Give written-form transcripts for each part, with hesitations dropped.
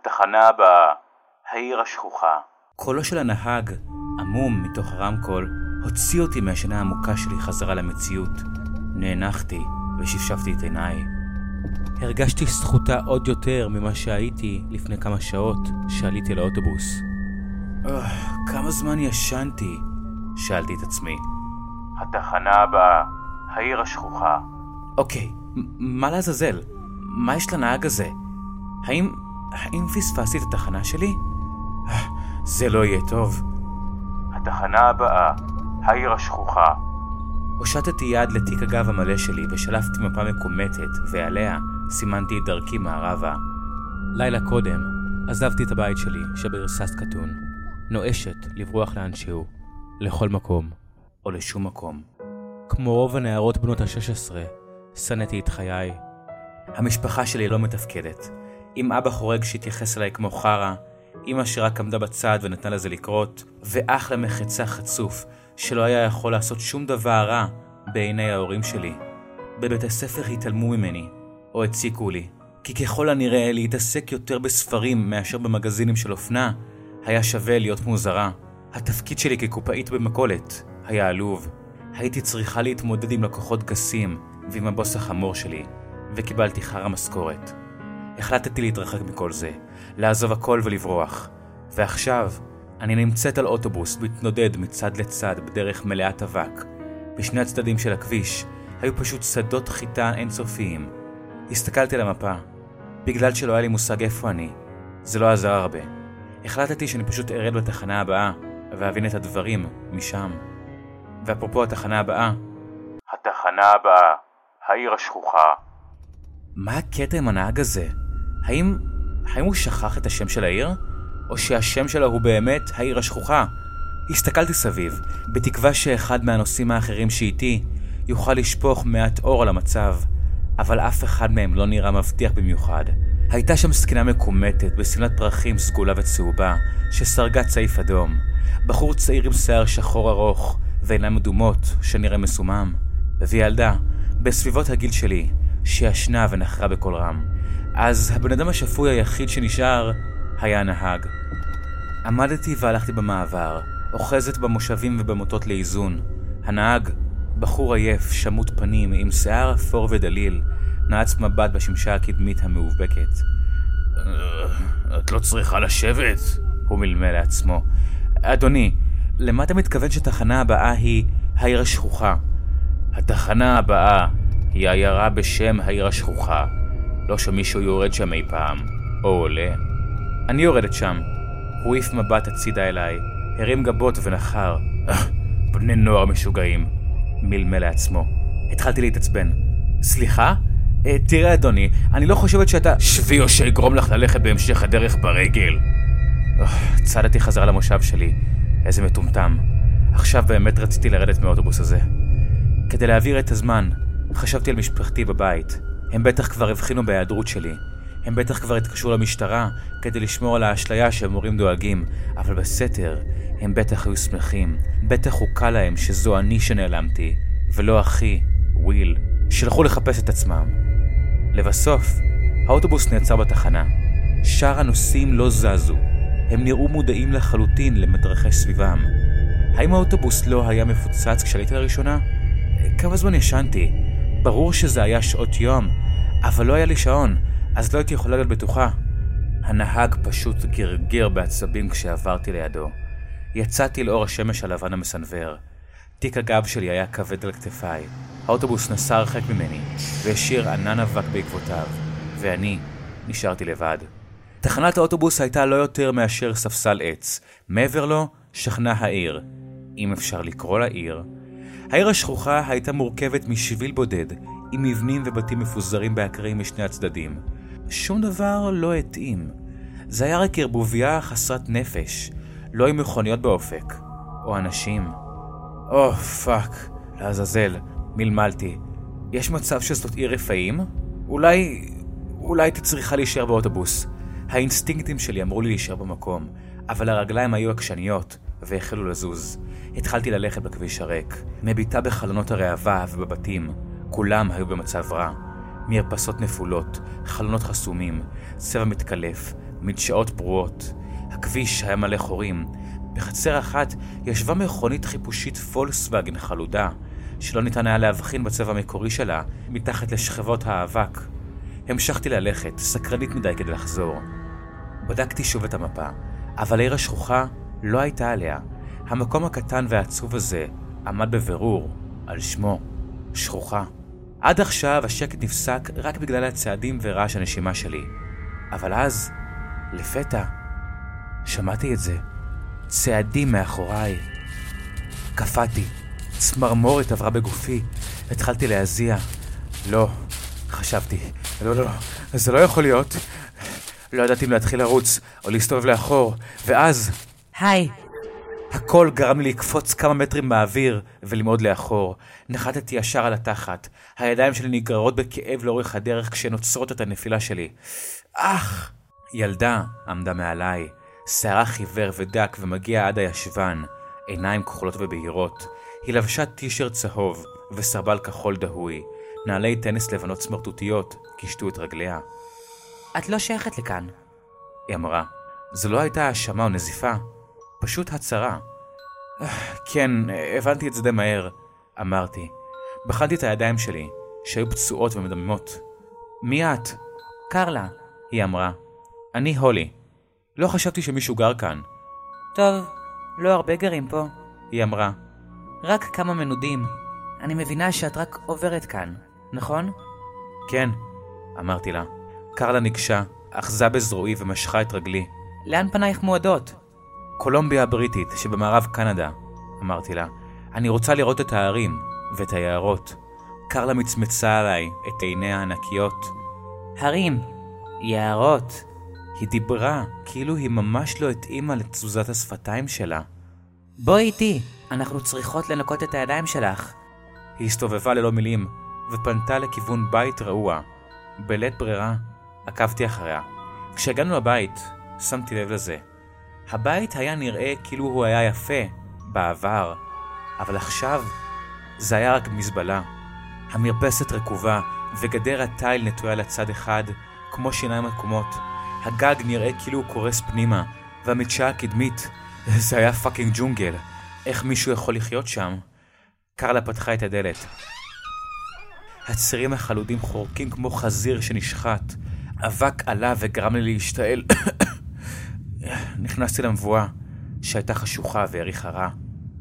התחנה הבאה, העיר השכוחה. קולו של הנהג, עמום מתוך הרמקול, הוציא אותי מהשינה העמוקה שלי חזרה למציאות. נאנחתי ושפשפתי את עיניי. הרגשתי זכותה עוד יותר ממה שהייתי לפני כמה שעות שעליתי לאוטובוס. כמה זמן ישנתי? שאלתי את עצמי. התחנה הבאה, העיר השכוחה. אוקיי, מה לעזאזל? מה יש לנהג הזה? האם פספסתי את התחנה שלי? זה לא יהיה טוב. התחנה הבאה, העיר השכוחה. הושטתי יד לתיק הגב המלא שלי ושלפתי מפה מקומטת, ועליה סימנתי את דרכי מערבה. לילה קודם עזבתי את הבית שלי שברסס קטון, נואשת לברוח לאנשהו, לכל מקום או לשום מקום. כמו רוב הנערות בנות ה-16, שנאתי את חיי. המשפחה שלי לא מתפקדת. עם אבא חורג שהתייחס אליי כמו חרה, אמא שרק עמדה בצד ונתנה לזה לקרות, ואח למחצה חצוף שלא היה יכול לעשות שום דבר רע בעיני ההורים שלי. בבית הספר התעלמו ממני, או הציקו לי, כי ככל הנראה להתעסק יותר בספרים מאשר במגזינים של אופנה, היה שווה להיות מוזרה. התפקיד שלי כקופאית במכולת היה עלוב. הייתי צריכה להתמודד עם לקוחות גסים ועם הבוס החמור שלי, וקיבלתי חרה משכורת. החלטתי להתרחק מכל זה, לעזוב הכל ולברוח. ועכשיו אני נמצאת על אוטובוס מתנודד מצד לצד בדרך מלאת אבק. בשני הצדדים של הכביש היו פשוט שדות חיטה אינסופיים. הסתכלתי על המפה. בגלל שלא היה לי מושג איפה אני, זה לא עזר הרבה. החלטתי שאני פשוט ארד בתחנה הבאה ואבין את הדברים משם. ואפרופו התחנה הבאה, התחנה הבאה, העיר השכוחה. מה הקטע עם הנהג הזה? האם הוא שכח את השם של העיר? או שהשם שלה הוא באמת העיר השכוחה? הסתכלתי סביב, בתקווה שאחד מהנושאים האחרים שאיתי יוכל לשפוך מעט אור על המצב, אבל אף אחד מהם לא נראה מבטיח במיוחד. הייתה שם סקינה מקומטת בסמלת פרחים סגולה וצהובה שסרגה צעיף אדום, בחור צעיר עם שיער שחור ארוך ועיניים אדומות שנראה מסומם, וילדה בסביבות הגיל שלי שישנה ונחרה בכל רם. אז הבן אדם השפוי היחיד שנשאר היה הנהג. עמדתי והלכתי במעבר, אוחזת במושבים ובמוטות לאיזון. הנהג, בחור עייף, שמות פנים, עם שיער אפור ודליל, נעץ מבט בשמשה הקדמית המאובקת. את לא צריכה לשבת? הוא מלמל לעצמו. אדוני, למה אתה מתכוון שתחנה הבאה היא העיר השכוחה? התחנה הבאה היא עיירה בשם העיר השכוחה. לא שמישהו יורד שם אי פעם, או עולה. אני יורדת שם. הוא העיף מבט הצידה אליי, הרים גבות ונחר. בני נוער משוגעים. מלמל לעצמו. התחלתי להתעצבן. סליחה? תראה אדוני, אני לא חושבת שאתה... שבי או שיגרום לך ללכת בהמשך הדרך ברגל. צעדתי חזרה למושב שלי. איזה מטומטם. עכשיו באמת רציתי לרדת מהאוטובוס הזה. כדי להעביר את הזמן, חשבתי על משפחתי בבית. הם בטח כבר הבחינו בהיעדרות שלי. הם בטח כבר התקשרו למשטרה כדי לשמור על האשליה שהמורים דואגים, אבל בסתר הם בטח היו שמחים. בטח הוקע להם שזו אני שנעלמתי, ולא אחי, וויל, שלחו לחפש את עצמם. לבסוף, האוטובוס נעצר בתחנה. שאר הנוסעים לא זזו. הם נראו מודעים לחלוטין למתרחש סביבם. האם האוטובוס לא היה מפוצץ כשעליתי לראשונה? כמה זמן ישנתי? ברור שזה היה שעות יום, אבל לא היה לי שעון, אז לא הייתי יכולה להיות בטוחה. הנהג פשוט גרגר בעצבים כשעברתי לידו. יצאתי לאור השמש הלבן המסנבר. תיק הגב שלי היה כבד על כתפיי. האוטובוס נסע הרחק ממני, והשאיר ענן אבק בעקבותיו, ואני נשארתי לבד. תחנת האוטובוס הייתה לא יותר מאשר ספסל עץ. מעבר לו שכנה העיר, אם אפשר לקרוא לעיר. העיר השכוחה הייתה מורכבת משביל בודד, עם מבנים ובתים מפוזרים באקרים משני הצדדים. שום דבר לא התאים. זה היה רק ערבוביה חסרת נפש, לא עם מכוניות באופק, או אנשים. פאק, לעזאזל, מלמלתי. יש מצב שזאת עיר רפאים? אולי הייתי צריכה להישאר באוטובוס. האינסטינקטים שלי אמרו לי להישאר במקום, אבל הרגליים היו עקשניות והחלו לזוז. התחלתי ללכת בכביש הריק, מביטה בחלונות הראווה ובבתים. כולם היו במצב רע. מרפסות נפולות, חלונות חסומים, צבע מתקלף, מדשאות פרועות. הכביש היה מלא חורים. בחצר אחת ישבה מכונית חיפושית פולקסווגן חלודה, שלא ניתן היה להבחין בצבע המקורי שלה מתחת לשכבות האבק. המשכתי ללכת, סקרנית מדי כדי לחזור. בדקתי שוב את המפה, אבל העיר השכוחה לא הייתה עליה. המקום הקטן והעצוב הזה עמד בבירור על שמו, שכוחה. עד עכשיו השקט נפסק רק בגלל הצעדים ורעש הנשימה שלי. אבל אז, לפתע, שמעתי את זה. צעדים מאחוריי. קפאתי. צמרמורת עברה בגופי. התחלתי להזיע. לא, חשבתי. לא, זה לא יכול להיות. לא ידעתי אם להתחיל לרוץ או להסתובב לאחור. ואז... היי. הכל גרם לי לקפוץ כמה מטרים באוויר ולמעוד לאחור. נחתתי ישר על התחת. הידיים שלי נגררות בכאב לאורך הדרך כשנוצרות את הנפילה שלי. אך! ילדה עמדה מעליי. שערה חיוור ודק ומגיע עד הישבן. עיניים כחולות ובהירות. היא לבשה טישרט צהוב וסרבל כחול דהוי. נעלי טניס לבנות סמרטוטיות קישטו את רגליה. את לא שייכת לכאן. היא אמרה. זו לא הייתה האשמה או נזיפה. פשוט הצהרה. כן, הבנתי את זה די מהר, אמרתי. בחנתי את הידיים שלי, שהיו פצועות ומדממות. מי את? קרלה. היא אמרה. אני הולי. לא חשבתי שמישהו גר כאן. טוב, לא הרבה גרים פה. היא אמרה. רק כמה מנודים. אני מבינה שאת רק עוברת כאן, נכון? כן, אמרתי לה. קרלה ניגשה, אחזה בזרועי ומשכה את רגלי. לאן פנייך מועדות? קולומביה הבריטית שבמערב קנדה, אמרתי לה. אני רוצה לראות את הערים ואת היערות. קרלה מצמצה עליי את עיניה הענקיות. הרים, יערות. היא דיברה כאילו היא ממש לא התאימה לתזוזת השפתיים שלה. בואי איתי, אנחנו צריכות לנקות את הידיים שלך. היא הסתובבה ללא מילים ופנתה לכיוון בית רעוע. בלית ברירה עקבתי אחריה. כשהגענו לבית שמתי לב לזה. הבית היה נראה כאילו הוא היה יפה בעבר, אבל עכשיו זה היה רק מזבלה. המרפסת רקובה וגדר התיל נטויה לצד אחד כמו שיניים עקומות. הגג נראה כאילו הוא קורס פנימה, והמדשאה הקדמית, זה היה פאקינג ג'ונגל. איך מישהו יכול לחיות שם? קרלה פתחה את הדלת. הצירים החלודים חורקים כמו חזיר שנשחט. אבק עלה וגרם לי להשתעל. נכנסתי למבואה, שהייתה חשוכה והריחה רע.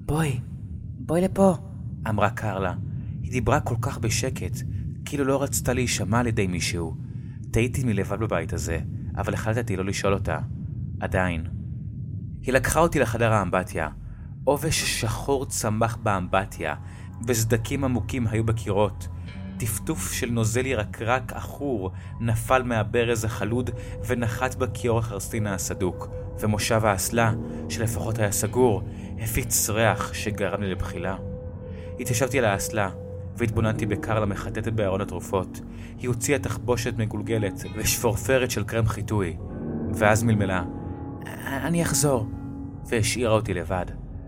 בואי לפה, אמרה קרלה. היא דיברה כל כך בשקט, כאילו לא רצתה להישמע על ידי מישהו. תהיתי מלבד בבית הזה, אבל החלטתי לא לשאול אותה. עדיין. היא לקחה אותי לחדר האמבטיה. עובש שחור צמח באמבטיה, וסדקים עמוקים היו בקירות. טפטוף של נוזל ירקרק אחור נפל מהברז החלוד ונחת בכיור החרסין הסדוק, ומושב האסלה, שלפחות היה סגור, הפיץ ריח שגרם לי לבחילה. התיישבתי על האסלה, והתבוננתי בקרלה מחטטת בארון התרופות. היא הוציאה תחבושת מגולגלת ושפורפרת של קרם חיטוי, ואז מלמלה, אני אחזור, והשאירה אותי לבד.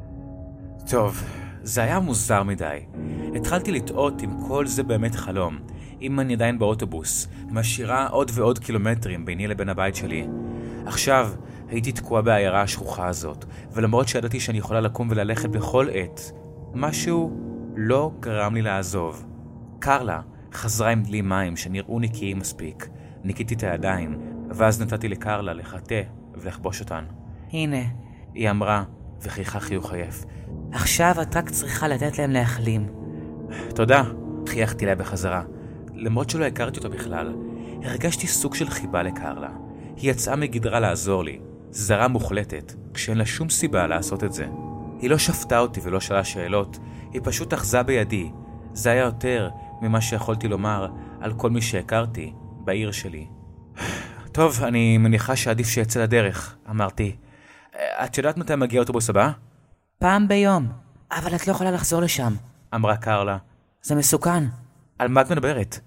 טוב, זה היה מוזר מדי. התחלתי לטעות אם כל זה באמת חלום, אם אני עדיין באוטובוס, משאירה עוד ועוד קילומטרים ביני לבין הבית שלי. עכשיו הייתי תקועה בעיירה השכוחה הזאת, ולמרות שידעתי שאני יכולה לקום וללכת בכל עת, משהו לא גרם לי לעזוב. קרלה חזרה עם דלי מים שנראו נקיים מספיק. ניקיתי את הידיים, ואז נתתי לקרלה לחטא ולחבוש אותן. הנה, היא אמרה וחייכה חיוך עייף. עכשיו את רק צריכה לתת להם להחלים. תודה, חייכתי לה בחזרה. למרות שלא הכרתי אותה בכלל, הרגשתי סוג של חיבה לקרלה. היא יצאה מגדרה לעזור לי, זרה מוחלטת, כשאין לה שום סיבה לעשות את זה. היא לא שפטה אותי ולא שאלה שאלות, היא פשוט אחזה בידי. זה היה יותר ממה שיכולתי לומר על כל מי שהכרתי בעיר שלי. טוב, אני מניחה שעדיף שיצא לדרך, אמרתי. את יודעת מתי מגיע האוטובוס הבא? פעם ביום, אבל את לא יכולה לחזור לשם, אמרה קרלה. זה מסוכן. על מה את מדברת?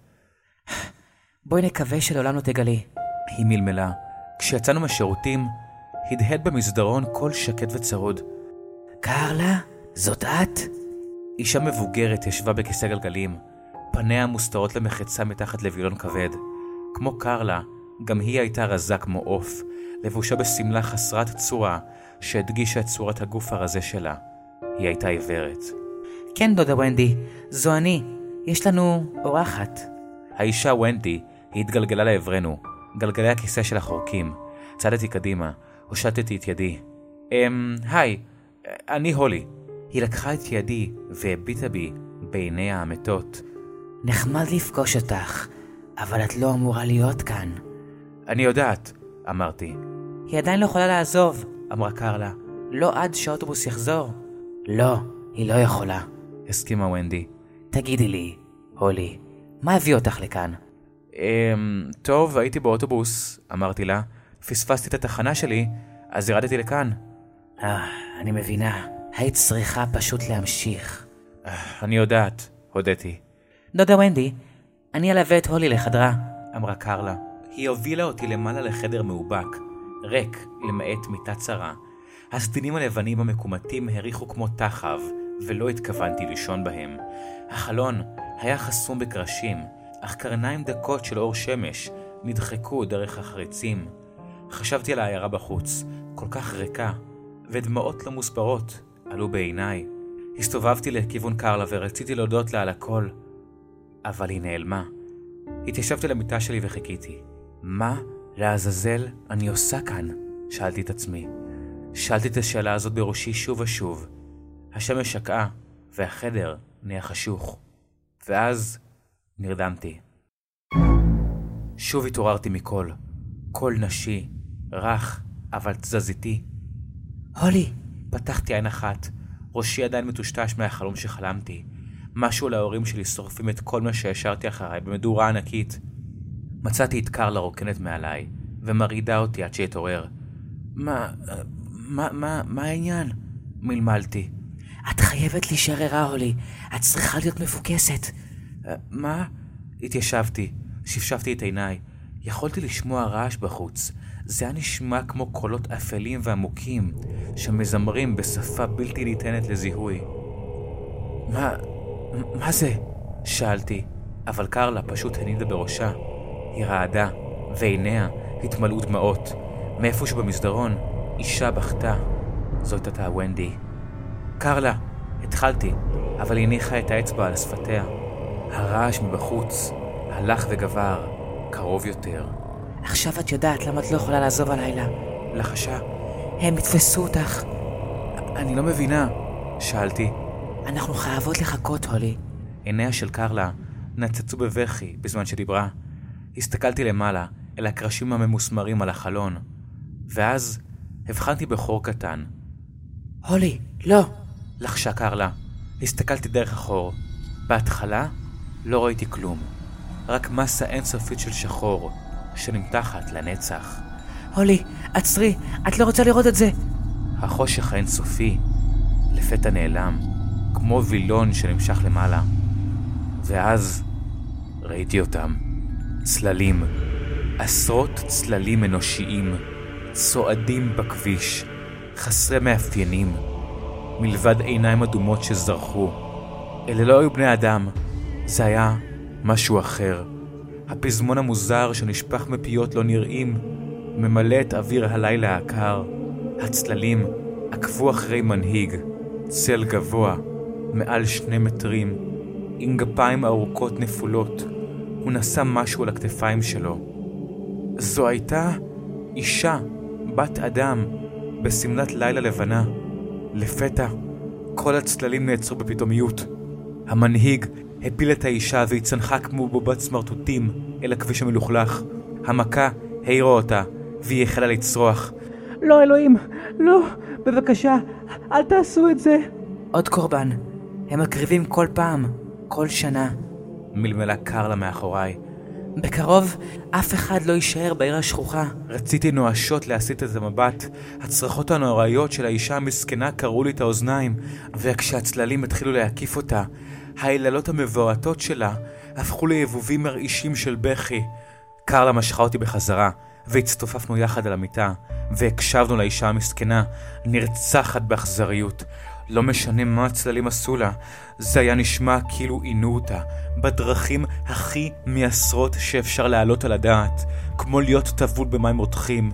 בואי נקווה שלעולם לא תגלי. היא מלמלה. כשיצאנו מהשירותים, הדהד במסדרון קול שקט וצרוד. קרלה, זאת את? אישה מבוגרת ישבה בכיסא גלגלים, פניה מוסתרות למחצה מתחת לווילון כבד. כמו קרלה, גם היא הייתה רזה כמו עוף, לבושה בסמלה חסרת צורה שהדגישה את צורת הגוף הרזה שלה. היא הייתה עיוורת. כן, דודה ונדי, זו אני. יש לנו אורחת. האישה ונדי התגלגלה לעברנו. גלגלי הכיסא שלה חורקים. צעדתי קדימה, הושטתי את ידי. היי, אני הולי. היא לקחה את ידי והביטה בי בעיניה האמתות. נחמד לפגוש אותך, אבל את לא אמורה להיות כאן. אני יודעת, אמרתי. היא עדיין לא יכולה לעזוב, אמרה קרלה. לא עד שהאוטובוס יחזור. לא, היא לא יכולה. הסכימה ונדי. תגידי לי, הולי, מה הביא אותך לכאן? טוב, הייתי באוטובוס, אמרתי לה. פספסתי את התחנה שלי, אז ירדתי לכאן. אני מבינה. היית צריכה פשוט להמשיך. אני יודעת, הודיתי. דודה ונדי, אני אלווה את הולי לחדרה, אמרה קרלה. היא הובילה אותי למעלה לחדר מאובק, ריק למעט מיטה צרה. הסדינים הלבנים המקומטים הריחו כמו תחב, ולא התכוונתי לישון בהם. החלון היה חסום בקרשים, אך קרניים דקות של אור שמש נדחקו דרך החריצים. חשבתי על העיירה בחוץ, כל כך ריקה, ודמעות לא מוסברות עלו בעיניי. הסתובבתי לכיוון קרלה ורציתי להודות לה על הכל, אבל היא נעלמה. התיישבתי למיטה שלי וחיכיתי. מה לעזאזל אני עושה כאן? שאלתי את עצמי. שאלתי את השאלה הזאת בראשי שוב ושוב. השמש שקעה והחדר נהיה חשוך. ואז נרדמתי. שוב התעוררתי מקול. קול נשי, רך, אבל תזזיתי. הולי! פתחתי עין אחת. ראשי עדיין מטושטש מהחלום שחלמתי. משהו להורים שלי שורפים את כל מה שהשארתי אחריי במדורה ענקית. מצאתי את קרלה רוקנת מעליי, ומרעידה אותי עד שהתעורר. מה העניין? מלמלתי. את חייבת להישאר ערה, הולי. את צריכה להיות מפוקסת. מה? התיישבתי, שפשפתי את עיניי. יכולתי לשמוע רעש בחוץ. זה היה נשמע כמו קולות אפלים ועמוקים, שמזמרים בשפה בלתי ניתנת לזיהוי. מה זה? שאלתי, אבל קרלה פשוט הנידה בראשה. היא רעדה, ועיניה התמלאו דמעות. מאיפשהו במסדרון, אישה בכתה. זאת הייתה ונדי. קרלה, התחלתי, אבל היא הניחה את האצבע על שפתיה. הרעש מבחוץ הלך וגבר, קרוב יותר. עכשיו את יודעת למה את לא יכולה לעזוב הלילה. לחשה. הם יתפסו אותך. אני לא מבינה, שאלתי. אנחנו חייבות לחכות, הולי. עיניה של קרלה נצצו בבכי בזמן שדיברה. הסתכלתי למעלה אל הקרשים הממוסמרים על החלון, ואז הבחנתי בחור קטן. הולי, לא! לחשה קרלה. הסתכלתי דרך החור. בהתחלה לא ראיתי כלום, רק מסה אינסופית של שחור שנמתחת לנצח. הולי, עצרי, את לא רוצה לראות את זה. החושך האינסופי לפתע נעלם, כמו וילון שנמשך למעלה. ואז ראיתי אותם. צללים, עשרות צללים אנושיים, צועדים בכביש, חסרי מאפיינים, מלבד עיניים אדומות שזרחו. אלה לא היו בני אדם, זה היה משהו אחר. הפזמון המוזר שנשפך מפיות לא נראים, ממלא את אוויר הלילה הקר. הצללים עקבו אחרי מנהיג, צל גבוה, מעל 2 מטרים, עם גפיים ארוכות נפולות. הוא נשא משהו על הכתפיים שלו. זו הייתה אישה, בת אדם, בסמלת לילה לבנה. לפתע, כל הצללים נעצרו בפתאומיות. המנהיג הפיל את האישה והיא צנחה כמו בובת סמרטוטים אל הכביש המלוכלך. המכה העירה אותה והיא החלה לצרוח. לא, אלוהים, לא, בבקשה, אל תעשו את זה. עוד קורבן, הם מקריבים כל פעם, כל שנה. מלמלה קרלה מאחוריי. בקרוב אף אחד לא יישאר בעיר השכוחה. רציתי נואשות להסיט את המבט. הצרחות הנוראיות של האישה המסכנה קראו לי את האוזניים, וכשהצללים התחילו להקיף אותה, היללות המבועטות שלה הפכו ליבובים מרעישים של בכי. קרלה משכה אותי בחזרה, והצטופפנו יחד על המיטה, והקשבנו לאישה המסכנה, נרצחת באכזריות. לא משנה מה הצללים עשו לה, זה היה נשמע כאילו עינו אותה, בדרכים הכי מעשרות שאפשר להעלות על הדעת, כמו להיות טבול במים רותחים.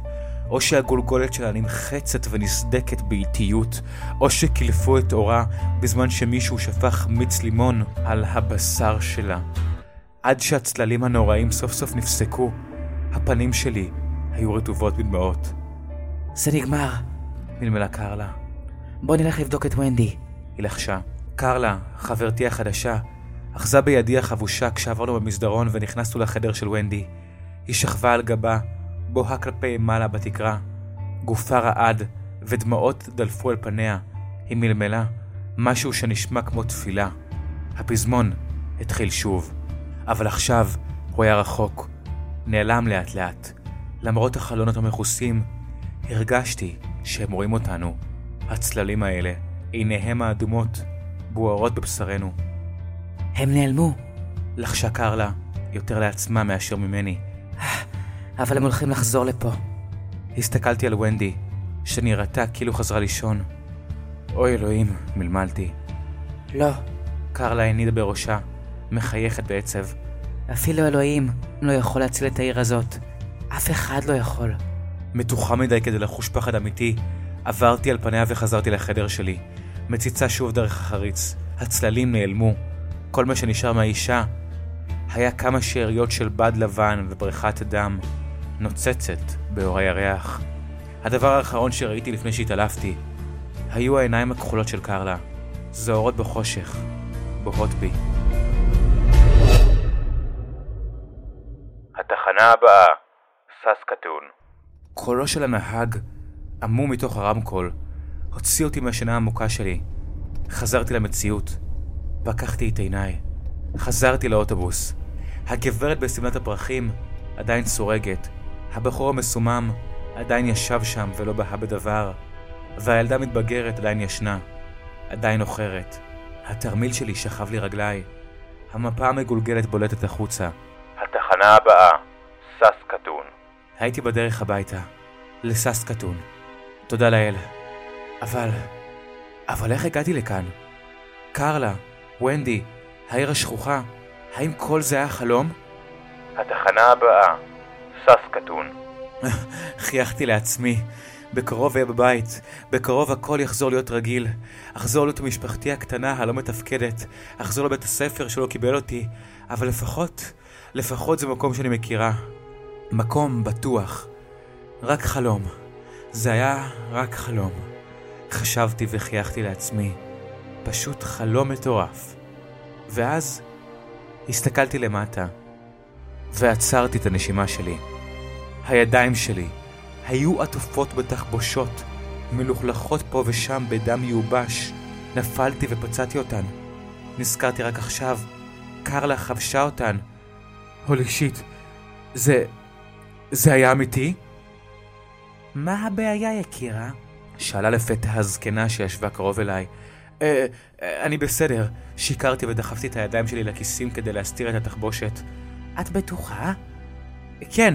או שהגולגולת שלה נמחצת ונסדקת באיטיות, או שקלפו את אורה בזמן שמישהו שפך מיץ לימון על הבשר שלה. עד שהצללים הנוראים סוף סוף נפסקו, הפנים שלי היו רטובות בדמעות. זה נגמר, מלמלה קרלה. בוא נלך לבדוק את ונדי. היא לחשה. קרלה, חברתי החדשה, אחזה בידי החבושה כשעברנו במסדרון ונכנסנו לחדר של ונדי. היא שכבה על גבה, בוהה כלפי מעלה בתקרה. גופה רעד ודמעות דלפו על פניה. היא מלמלה, משהו שנשמע כמו תפילה. הפזמון התחיל שוב. אבל עכשיו הוא היה רחוק. נעלם לאט לאט. למרות החלונות המכוסים, הרגשתי שהם רואים אותנו. הצללים האלה, עיניהם האדומות, בוערות בבשרנו. הם נעלמו. לחשה קרלה, יותר לעצמה מאשר ממני. אבל הם הולכים לחזור לפה. הסתכלתי על ונדי, שנראתה כאילו חזרה לישון. אוי אלוהים, מלמלתי. לא. קרלה הנידה בראשה, מחייכת בעצב. אפילו אלוהים לא יכול להציל את העיר הזאת. אף אחד לא יכול. מתוחה מדי כדי לחוש פחד אמיתי, עברתי על פניה וחזרתי לחדר שלי. מציצה שוב דרך החריץ. הצללים נעלמו. כל מה שנשאר מהאישה היה כמה שאריות של בד לבן ובריכת דם, נוצצת באור הירח. הדבר האחרון שראיתי לפני שהתעלפתי היו העיניים הכחולות של קרלה, זוהרות בחושך, בוהות בי. התחנה הבאה, ססקטון. קולו של הנהג עמום מתוך הרמקול, הוציא אותי מהשינה העמוקה שלי. חזרתי למציאות, פקחתי את עיניי, חזרתי לאוטובוס. הגברת בסמלת הפרחים עדיין סורגת, הבחור המסומם עדיין ישב שם ולא בהה בדבר, והילדה המתבגרת עדיין ישנה, עדיין אוכרת. התרמיל שלי שכב לי רגליי, המפה המגולגלת בולטת החוצה. התחנה הבאה, ססקטון. הייתי בדרך הביתה, לססקטון. תודה לאל. אבל איך הגעתי לכאן? קרלה, ונדי, העיר השכוחה, האם כל זה היה חלום? התחנה הבאה, ססקטון. חייכתי לעצמי. בקרוב אהיה בבית, בקרוב הכל יחזור להיות רגיל. אחזור להיות משפחתי הקטנה הלא מתפקדת, אחזור לבית הספר שלא קיבל אותי, אבל לפחות זה מקום שאני מכירה. מקום בטוח. רק חלום. זה היה רק חלום. חשבתי וחייכתי לעצמי. פשוט חלום מטורף. ואז הסתכלתי למטה ועצרתי את הנשימה שלי. הידיים שלי היו עטופות בתחבושות, מלוכלכות פה ושם בדם מיובש. נפלתי ופצעתי אותן. נזכרתי רק עכשיו, קרלה חבשה אותן. הולי שיט, זה היה אמיתי? מה הבעיה, יקירה? שאלה לפתע הזקנה שישבה קרוב אליי. אני בסדר. שיקרתי ודחפתי את הידיים שלי לכיסים כדי להסתיר את התחבושת. את בטוחה? כן.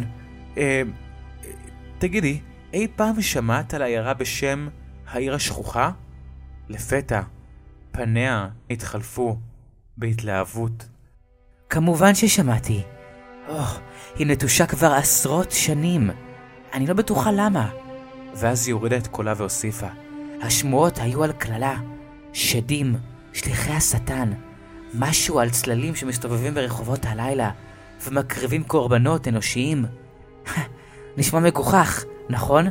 תגידי, אי פעם שמעת על העיירה בשם העיר השכוחה? לפתע, פניה התחלפו בהתלהבות. כמובן ששמעתי. היא נטושה כבר עשרות שנים. אני לא בטוחה למה. ואז היא הורידה את קולה והוסיפה. השמועות היו על כללה, שדים, שליחי השטן, משהו על צללים שמסתובבים ברחובות הלילה ומקריבים קורבנות אנושיים. נשמע מגוחך, נכון?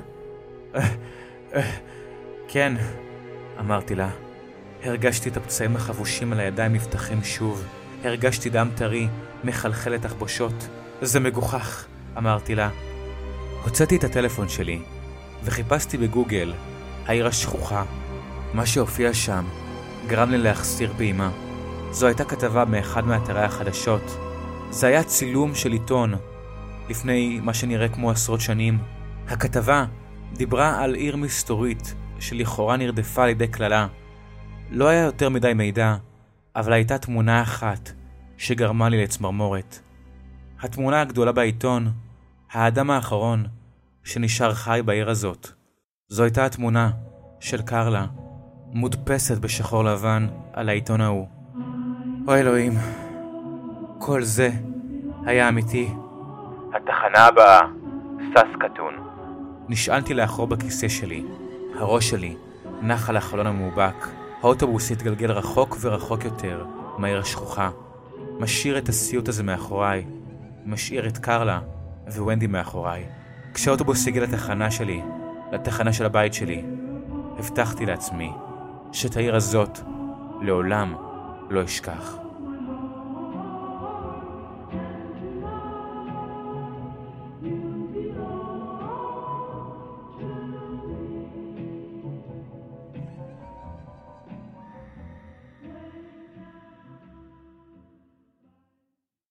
כן, אמרתי לה. הרגשתי את הפצעים החבושים על הידיים נפתחים שוב. הרגשתי דם טרי, מחלחל לתחבושות. זה מגוחך, אמרתי לה. הוצאתי את הטלפון שלי וחיפשתי בגוגל העיר השכוחה. מה שהופיע שם גרם לי להחסיר באימה. זו הייתה כתבה מאחד מאתרי החדשות. זה היה צילום של עיתון לפני מה שנראה כמו עשרות שנים. הכתבה דיברה על עיר מסתורית שלכאורה נרדפה על ידי כללה. לא היה יותר מדי מידע, אבל הייתה תמונה אחת שגרמה לי לצמרמורת. התמונה הגדולה בעיתון, האדם האחרון שנשאר חי בעיר הזאת. זו הייתה התמונה של קרלה, מודפסת בשחור לבן על העיתון ההוא. אוי אלוהים, כל זה היה אמיתי. התחנה הבאה, ססקטון. נשענתי לאחור בכיסא שלי. הראש שלי נח על החלון המאובק. האוטובוס התגלגל רחוק ורחוק יותר מהעיר השכוחה. משאיר את הסיוט הזה מאחוריי. משאיר את קרלה וונדי מאחוריי. כשהאוטובוס הגיע לתחנה שלי, לתחנה של הבית שלי, הבטחתי לעצמי שאת העיר הזאת לעולם לא אשכח.